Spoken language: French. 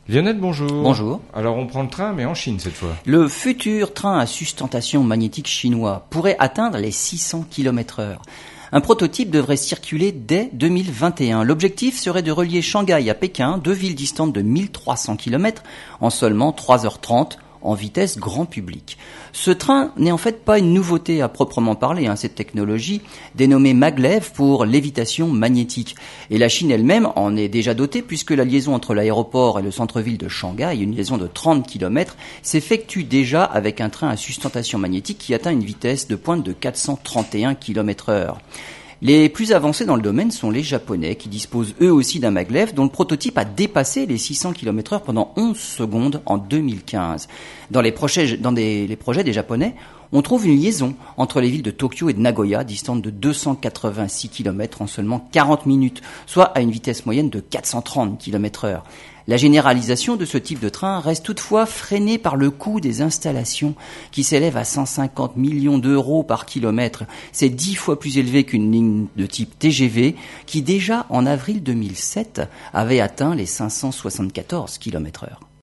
Lionel, bonjour. Bonjour. Alors on prend le train, mais en Chine cette fois. Le futur train à sustentation magnétique chinois pourrait atteindre les 600 km/h. Un prototype devrait circuler dès 2021. L'objectif serait de relier Shanghai à Pékin, deux villes distantes de 1300 km, en seulement 3h30 en vitesse grand public. Ce train n'est en fait pas une nouveauté à proprement parler, cette technologie dénommée maglev pour lévitation magnétique. Et la Chine elle-même en est déjà dotée puisque la liaison entre l'aéroport et le centre-ville de Shanghai, une liaison de 30 km, s'effectue déjà avec un train à sustentation magnétique qui atteint une vitesse de pointe de 431 km/h. Les plus avancés dans le domaine sont les Japonais qui disposent eux aussi d'un maglev dont le prototype a dépassé les 600 km/h pendant 11 secondes en 2015. Dans les projets des Japonais, on trouve une liaison entre les villes de Tokyo et de Nagoya, distantes de 286 km en seulement 40 minutes, soit à une vitesse moyenne de 430 km/h. La généralisation de ce type de train reste toutefois freinée par le coût des installations qui s'élève à 150 millions d'euros par kilomètre. C'est 10 fois plus élevé qu'une ligne de type TGV qui déjà en avril 2007 avait atteint les 574 km/h.